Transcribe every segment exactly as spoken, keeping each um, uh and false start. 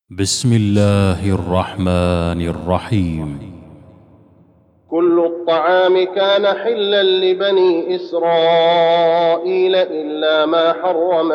بسم الله الرحمن الرحيم. كل الطعام كان حلا لبني إسرائيل إلا ما حرم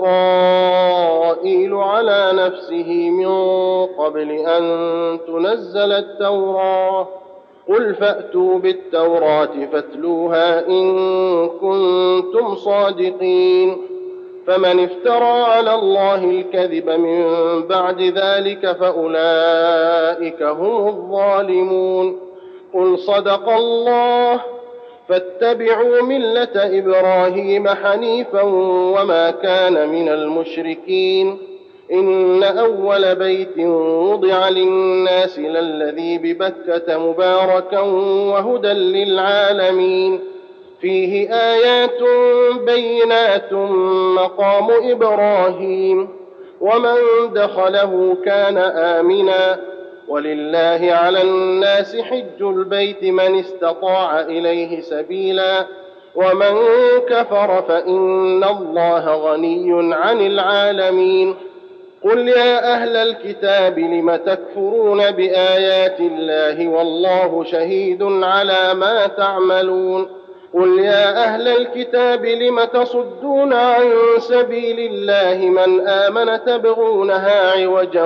إسرائيل على نفسه من قبل أن تنزل التوراة. قل فأتوا بالتوراة فاتلوها إن كنتم صادقين. فمن افترى على الله الكذب من بعد ذلك فأولئك هم الظالمون. قل صدق الله فاتبعوا ملة إبراهيم حنيفا وما كان من المشركين. إن أول بيت وضع للناس للذي ببكة مباركا وهدى للعالمين فيه آيات بينات مقام إبراهيم ومن دخله كان آمنا ولله على الناس حج البيت من استطاع إليه سبيلا ومن كفر فإن الله غني عن العالمين. قل يا أهل الكتاب لم تكفرون بآيات الله والله شهيد على ما تعملون. قل يا أهل الكتاب لم تصدون عن سبيل الله من آمن تبغونها عوجا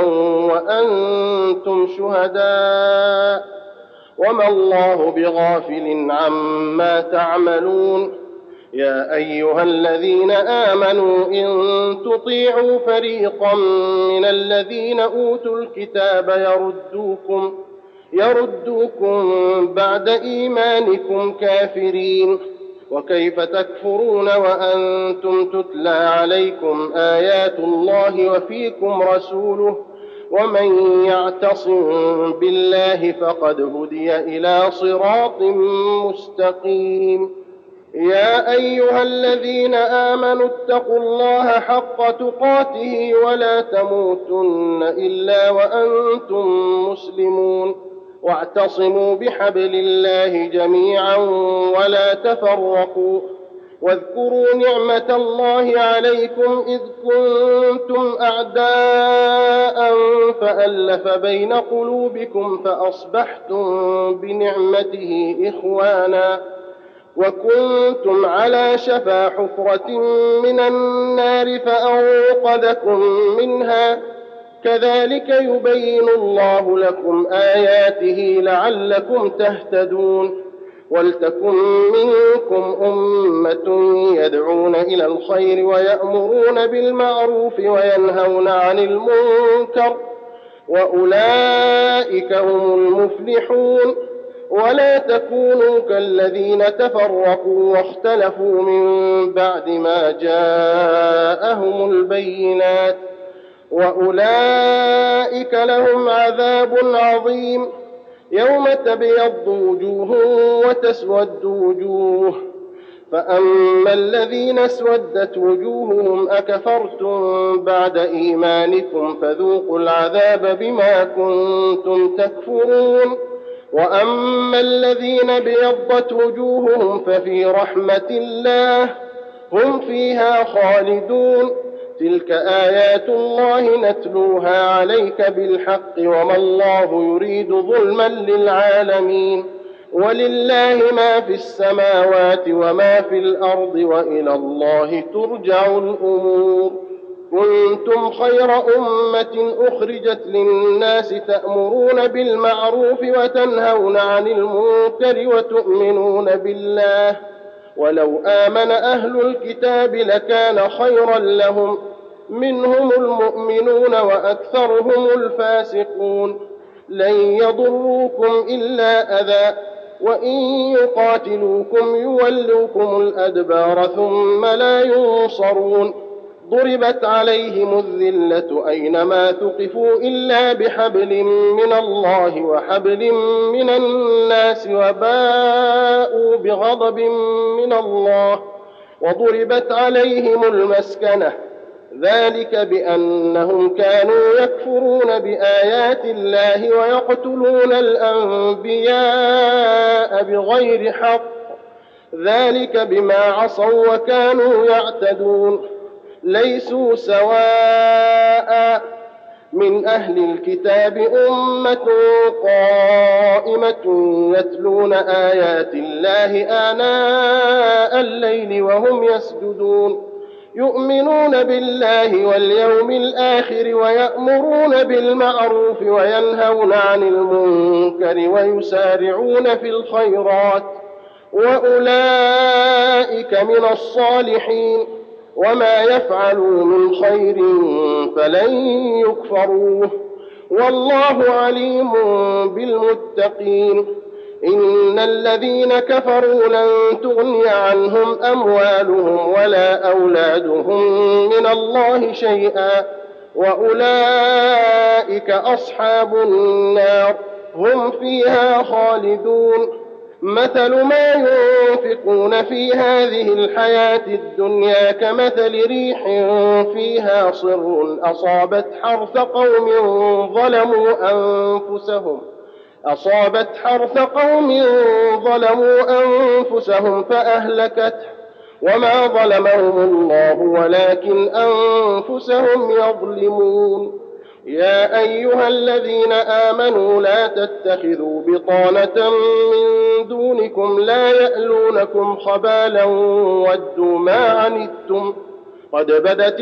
وأنتم شهداء وما الله بغافل عما تعملون. يا أيها الذين آمنوا إن تطيعوا فريقا من الذين أوتوا الكتاب يردوكم يردوكم بعد إيمانكم كافرين. وكيف تكفرون وأنتم تتلى عليكم آيات الله وفيكم رسوله ومن يعتصم بالله فقد هدي إلى صراط مستقيم. يا أيها الذين آمنوا اتقوا الله حق تقاته ولا تموتن إلا وأنتم مسلمون. واعتصموا بحبل الله جميعا ولا تفرقوا. واذكروا نعمة الله عليكم إذ كنتم أعداء فألف بين قلوبكم فأصبحتم بنعمته إخوانا وكنتم على شفا حفرة من النار فأنقذكم منها. كذلك يبين الله لكم آياته لعلكم تهتدون. ولتكن منكم أمة يدعون إلى الخير ويأمرون بالمعروف وينهون عن المنكر وأولئك هم المفلحون. ولا تكونوا كالذين تفرقوا واختلفوا من بعد ما جاءهم البينات وأولئك لهم عذاب عظيم. يوم تبيض وجوه وتسود وجوه فأما الذين اسودت وجوههم أكفرتم بعد إيمانكم فذوقوا العذاب بما كنتم تكفرون. وأما الذين ابيضت وجوههم ففي رحمة الله هم فيها خالدون. تلك آيات الله نتلوها عليك بالحق وما الله يريد ظلما للعالمين. ولله ما في السماوات وما في الأرض وإلى الله ترجع الأمور. كنتم خير أمة أخرجت للناس تأمرون بالمعروف وتنهون عن المنكر وتؤمنون بالله. ولو آمن أهل الكتاب لكان خيرا لهم منهم المؤمنون وأكثرهم الفاسقون. لن يضروكم إلا أذى وإن يقاتلوكم يولوكم الأدبار ثم لا ينصرون. ضربت عليهم الذلة أينما ثقفوا إلا بحبل من الله وحبل من الناس وباءوا بغضب من الله وضربت عليهم المسكنة ذلك بأنهم كانوا يكفرون بآيات الله ويقتلون الأنبياء بغير حق ذلك بما عصوا وكانوا يعتدون. ليسوا سواء من أهل الكتاب أمة قائمة يتلون آيات الله آناء الليل وهم يسجدون يؤمنون بالله واليوم الآخر ويأمرون بالمعروف وينهون عن المنكر ويسارعون في الخيرات وأولئك من الصالحين وما يفعلوا من خير فلن يكفروه والله عليم بالمتقين إن الذين كفروا لن تغني عنهم أموالهم ولا أولادهم من الله شيئا وأولئك أصحاب النار هم فيها خالدون مثل ما ينفقون في هذه الحياة الدنيا كمثل ريح فيها صر أصابت حرث قوم ظلموا أنفسهم أصابت حرث قوم ظلموا أنفسهم فأهلكته وما ظلمهم الله ولكن أنفسهم يظلمون يا أيها الذين آمنوا لا تتخذوا بطانة من دونكم لا يألونكم خبالا ودوا ما عنتم قد بدت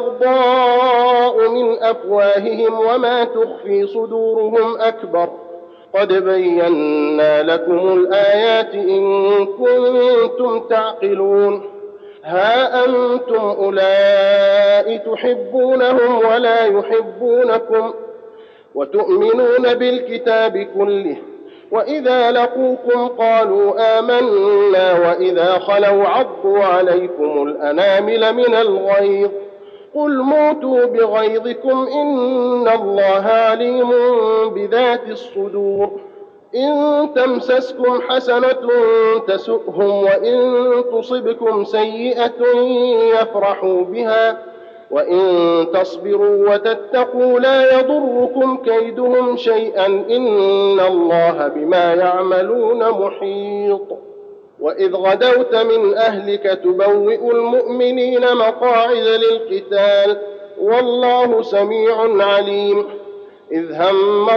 البغضاء من أفواههم وما تخفي صدورهم أكبر قد بينا لكم الآيات إن كنتم تعقلون ها أنتم أولئك تحبونهم ولا يحبونكم وتؤمنون بالكتاب كله وإذا لقوكم قالوا آمنا وإذا خلوا عضوا عليكم الأنامل من الغيظ قل موتوا بغيظكم إن الله عليم بذات الصدور إن تمسسكم حسنة تسؤهم وإن تصبكم سيئة يفرحوا بها وإن تصبروا وتتقوا لا يضركم كيدهم شيئا إن الله بما يعملون محيط وإذ غدوت من أهلك تبوئ المؤمنين مقاعد للقتال والله سميع عليم إذ هم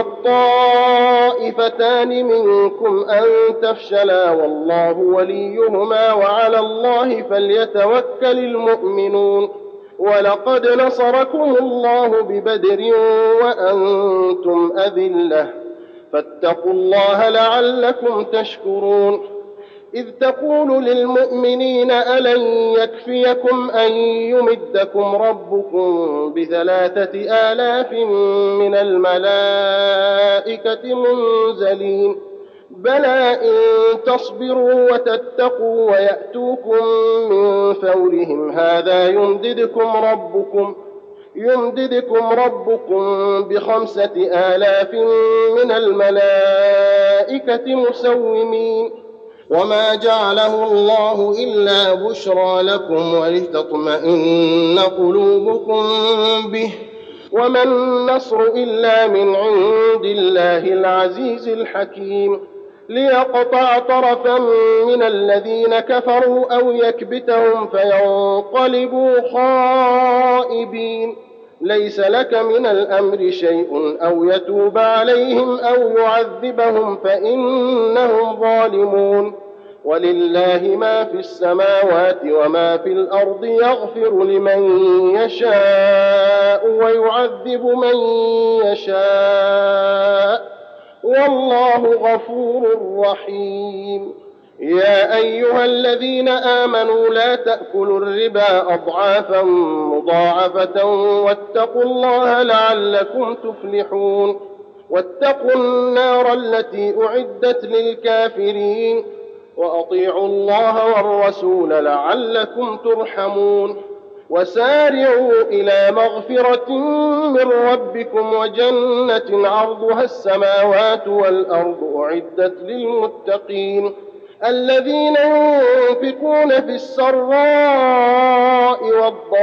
الطائفتان منكم أن تفشلا والله وليهما وعلى الله فليتوكل المؤمنون ولقد نصركم الله ببدر وأنتم أذلة فاتقوا الله لعلكم تشكرون إذ تقول للمؤمنين ألن يكفيكم أن يمدكم ربكم بثلاثة آلاف من الملائكة منزلين بلى إن تصبروا وتتقوا ويأتوكم من فورهم هذا يمددكم ربكم يمددكم ربكم بخمسة آلاف من الملائكة مسومين وما جعله الله إلا بشرى لكم ولتطمئن قلوبكم به وما النصر إلا من عند الله العزيز الحكيم ليقطع طرفا من الذين كفروا أو يكبتهم فينقلبوا خائبين ليس لك من الأمر شيء أو يتوب عليهم أو يعذبهم فإنهم ظالمون ولله ما في السماوات وما في الأرض يغفر لمن يشاء ويعذب من يشاء والله غفور رحيم يا أيها الذين آمنوا لا تأكلوا الربا أضعافا مضاعفة واتقوا الله لعلكم تفلحون واتقوا النار التي أعدت للكافرين وأطيعوا الله والرسول لعلكم ترحمون وسارعوا إلى مغفرة من ربكم وجنة عرضها السماوات والأرض أعدت للمتقين الذين ينفقون في السراء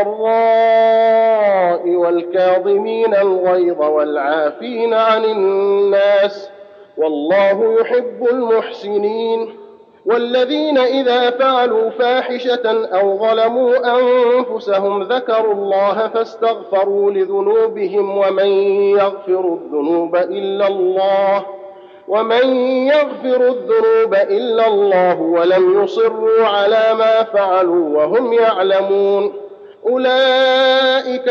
والضراء والكاظمين الغيظ والعافين عن الناس والله يحب المحسنين والذين إذا فعلوا فاحشة أو ظلموا أنفسهم ذكروا الله فاستغفروا لذنوبهم ومن يغفر الذنوب إلا الله ومن يغفر الذنوب إلا الله ولم يصروا على ما فعلوا وهم يعلمون أولئك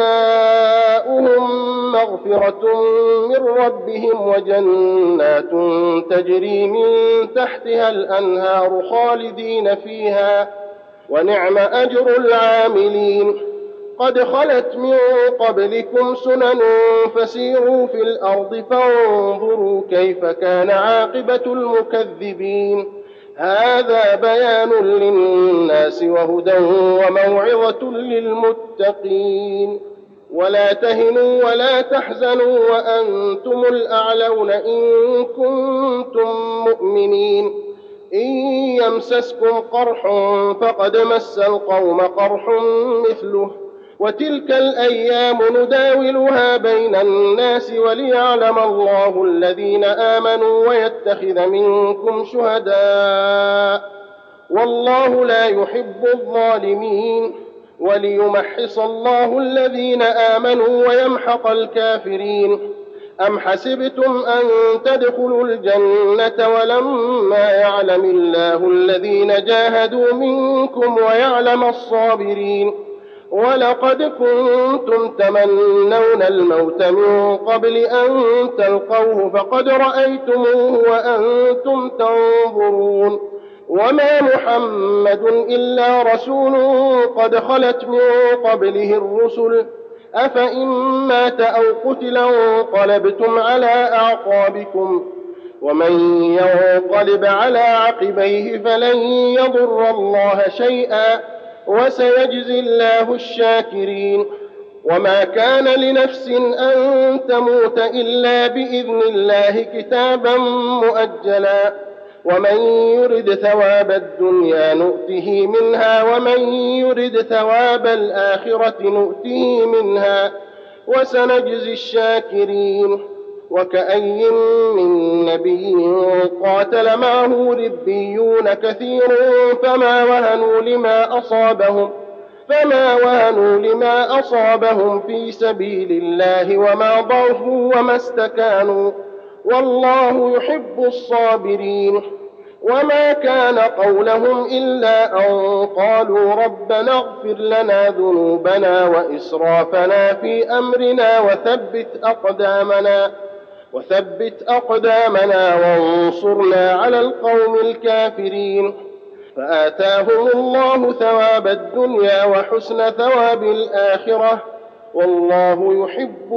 جزاؤهم مغفرة من ربهم وجنات تجري من تحتها الأنهار خالدين فيها ونعم أجر العاملين قد خلت من قبلكم سنن فسيروا في الأرض فانظروا كيف كان عاقبة المكذبين هذا بيان للناس وهدى وموعظة للمتقين ولا تهنوا ولا تحزنوا وأنتم الأعلون إن كنتم مؤمنين إن يمسسكم قرح فقد مس القوم قرح مثله وتلك الأيام نداولها بين الناس وليعلم الله الذين آمنوا ويتخذ منكم شهداء والله لا يحب الظالمين وليمحص الله الذين آمنوا ويمحق الكافرين أم حسبتم أن تدخلوا الجنة ولما يعلم الله الذين جاهدوا منكم ويعلم الصابرين ولقد كنتم تمنون الموت من قبل أن تلقوه فقد رأيتموه وأنتم تنظرون وما محمد إلا رسول قد خلت من قبله الرسل أفإن مات أو قتل انقلبتم على أعقابكم ومن ينقلب على عقبيه فلن يضر الله شيئا وسيجزي الله الشاكرين وما كان لنفس أن تموت إلا بإذن الله كتابا مؤجلا ومن يرد ثواب الدنيا نؤته منها ومن يرد ثواب الآخرة نؤته منها وسنجزي الشاكرين وكأي من نبي قاتل معه ربيون كثير فما وهنوا لما أصابهم فما وهنوا لما أصابهم في سبيل الله وما ضعفوا وما استكانوا والله يحب الصابرين وما كان قولهم إلا أن قالوا ربنا اغفر لنا ذنوبنا وإسرافنا في أمرنا وثبت أقدامنا وثبت أقدامنا وانصرنا على القوم الكافرين فآتاهم الله ثواب الدنيا وحسن ثواب الآخرة والله يحب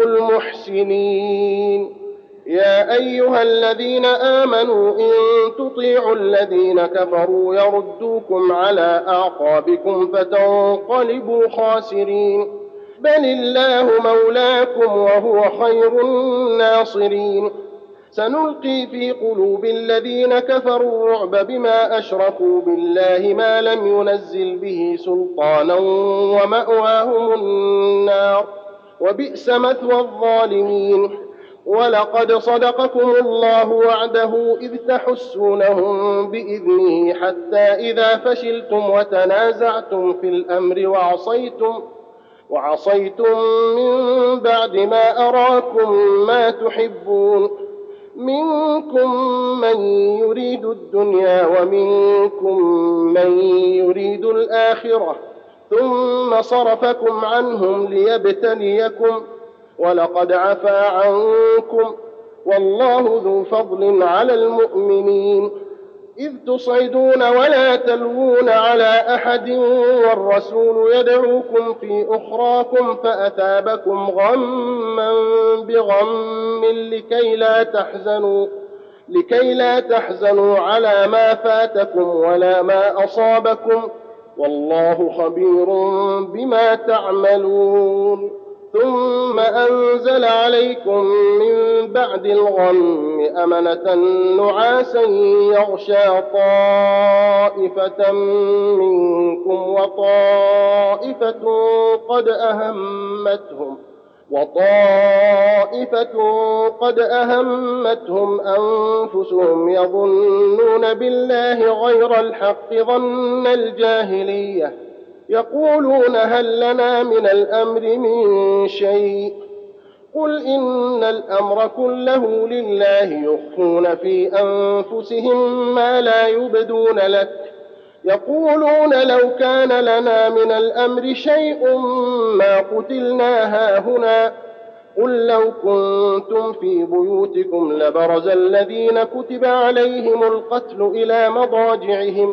المحسنين يا أيها الذين آمنوا إن تطيعوا الذين كفروا يردوكم على أعقابكم فتنقلبوا خاسرين بل الله مولاكم وهو خير الناصرين سنلقي في قلوب الذين كفروا الرعب بما أشركوا بالله ما لم ينزل به سلطانا ومأواهم النار وبئس مثوى الظالمين ولقد صدقكم الله وعده إذ تحسونهم بإذنه حتى إذا فشلتم وتنازعتم في الأمر وعصيتم وعصيتم من بعد ما أراكم ما تحبون منكم من يريد الدنيا ومنكم من يريد الآخرة ثم صرفكم عنهم ليبتليكم ولقد عفا عنكم والله ذو فضل على المؤمنين إذ تصعدون ولا تلوون على أحد والرسول يدعوكم في أخراكم فأثابكم غما بغم لكي لا تحزنوا لكي لا تحزنوا على ما فاتكم ولا ما أصابكم والله خبير بما تعملون ثم أنزل عليكم من بعد الغم أمنة نعاسا يغشى طائفة منكم وطائفة قد أهمتهم وطائفة قد أهمتهم أنفسهم يظنون بالله غير الحق ظن الجاهلية يقولون هل لنا من الأمر من شيء قل إن الأمر كله لله يخفون في أنفسهم ما لا يبدون لك يقولون لو كان لنا من الأمر شيء ما قتلنا هاهنا قل لو كنتم في بيوتكم لبرز الذين كتب عليهم القتل إلى مضاجعهم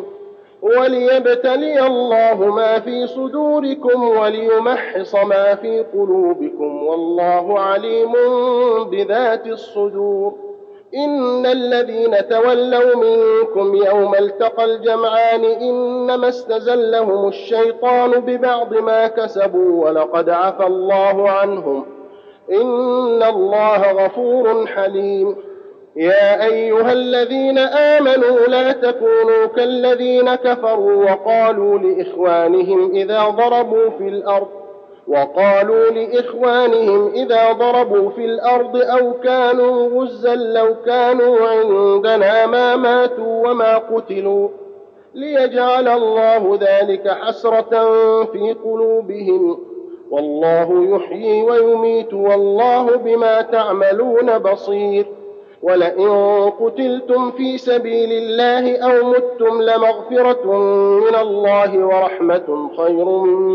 وليبتلي الله ما في صدوركم وليمحص ما في قلوبكم والله عليم بذات الصدور إن الذين تولوا منكم يوم التقى الجمعان إنما استزلهم الشيطان ببعض ما كسبوا ولقد عفى الله عنهم إن الله غفور حليم يا أيها الذين آمنوا لا تكونوا كالذين كفروا وقالوا لإخوانهم إذا ضربوا في الأرض وقالوا لإخوانهم إذا ضربوا في الأرض أو كانوا غزا لو كانوا عندنا ما ماتوا وما قتلوا ليجعل الله ذلك حسرة في قلوبهم والله يحيي ويميت والله بما تعملون بصير ولئن قتلتم في سبيل الله أو متم لمغفرة من الله ورحمة خير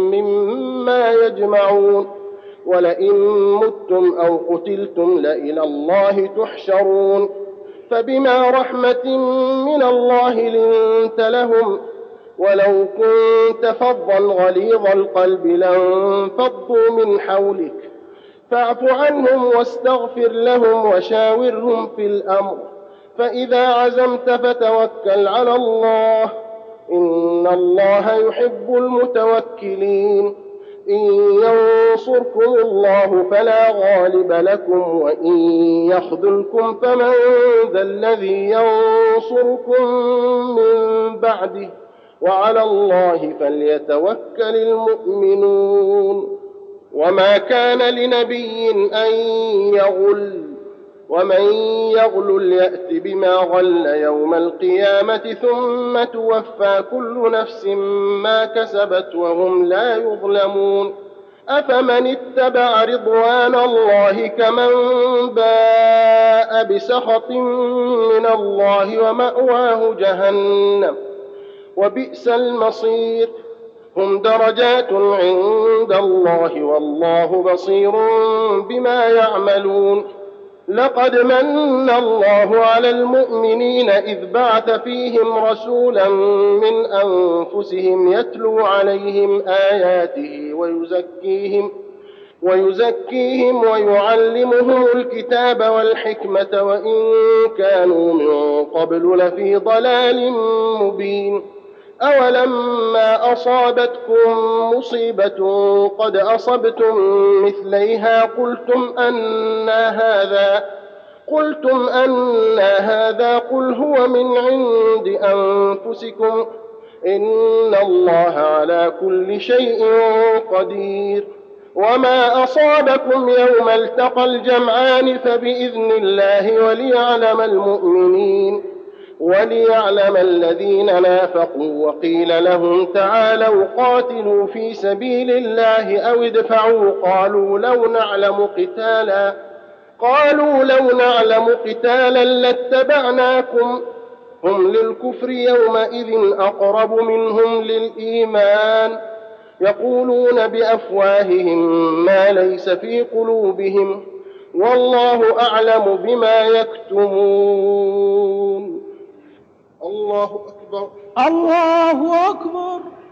مما يجمعون ولئن متم أو قتلتم لإلى الله تحشرون فبما رحمة من الله لنت لهم ولو كنت فظا غليظ القلب لانفضوا من حولك فاعف عنهم واستغفر لهم وشاورهم في الأمر فإذا عزمت فتوكل على الله إن الله يحب المتوكلين إن ينصركم الله فلا غالب لكم وإن يخذلكم فمن ذا الذي ينصركم من بعده وعلى الله فليتوكل المؤمنون وما كان لنبي أن يغل ومن يغل يأت بما غل يوم القيامة ثم توفى كل نفس ما كسبت وهم لا يظلمون أفمن اتبع رضوان الله كمن باء بسخط من الله ومأواه جهنم وبئس المصير هم درجات عند الله والله بصير بما يعملون لقد من الله على المؤمنين إذ بعث فيهم رسولا من أنفسهم يتلو عليهم آياته ويزكيهم ويزكيهم ويعلمهم الكتاب والحكمة وإن كانوا من قبل لفي ضلال مبين أولما أصابتكم مصيبة قد أصبتم مثليها قلتم أنى هذا قلتم أنى هذا قل هو من عند أنفسكم إن الله على كل شيء قدير وما أصابكم يوم التقى الجمعان فبإذن الله وليعلم المؤمنين وليعلم الذين نافقوا وقيل لهم تعالوا قاتلوا في سبيل الله أو ادفعوا قالوا لو نعلم قتالا قالوا لو نعلم قتالا لاتبعناكم هم للكفر يومئذ أقرب منهم للإيمان يقولون بأفواههم ما ليس في قلوبهم والله أعلم بما يكتمون الله أكبر الله أكبر.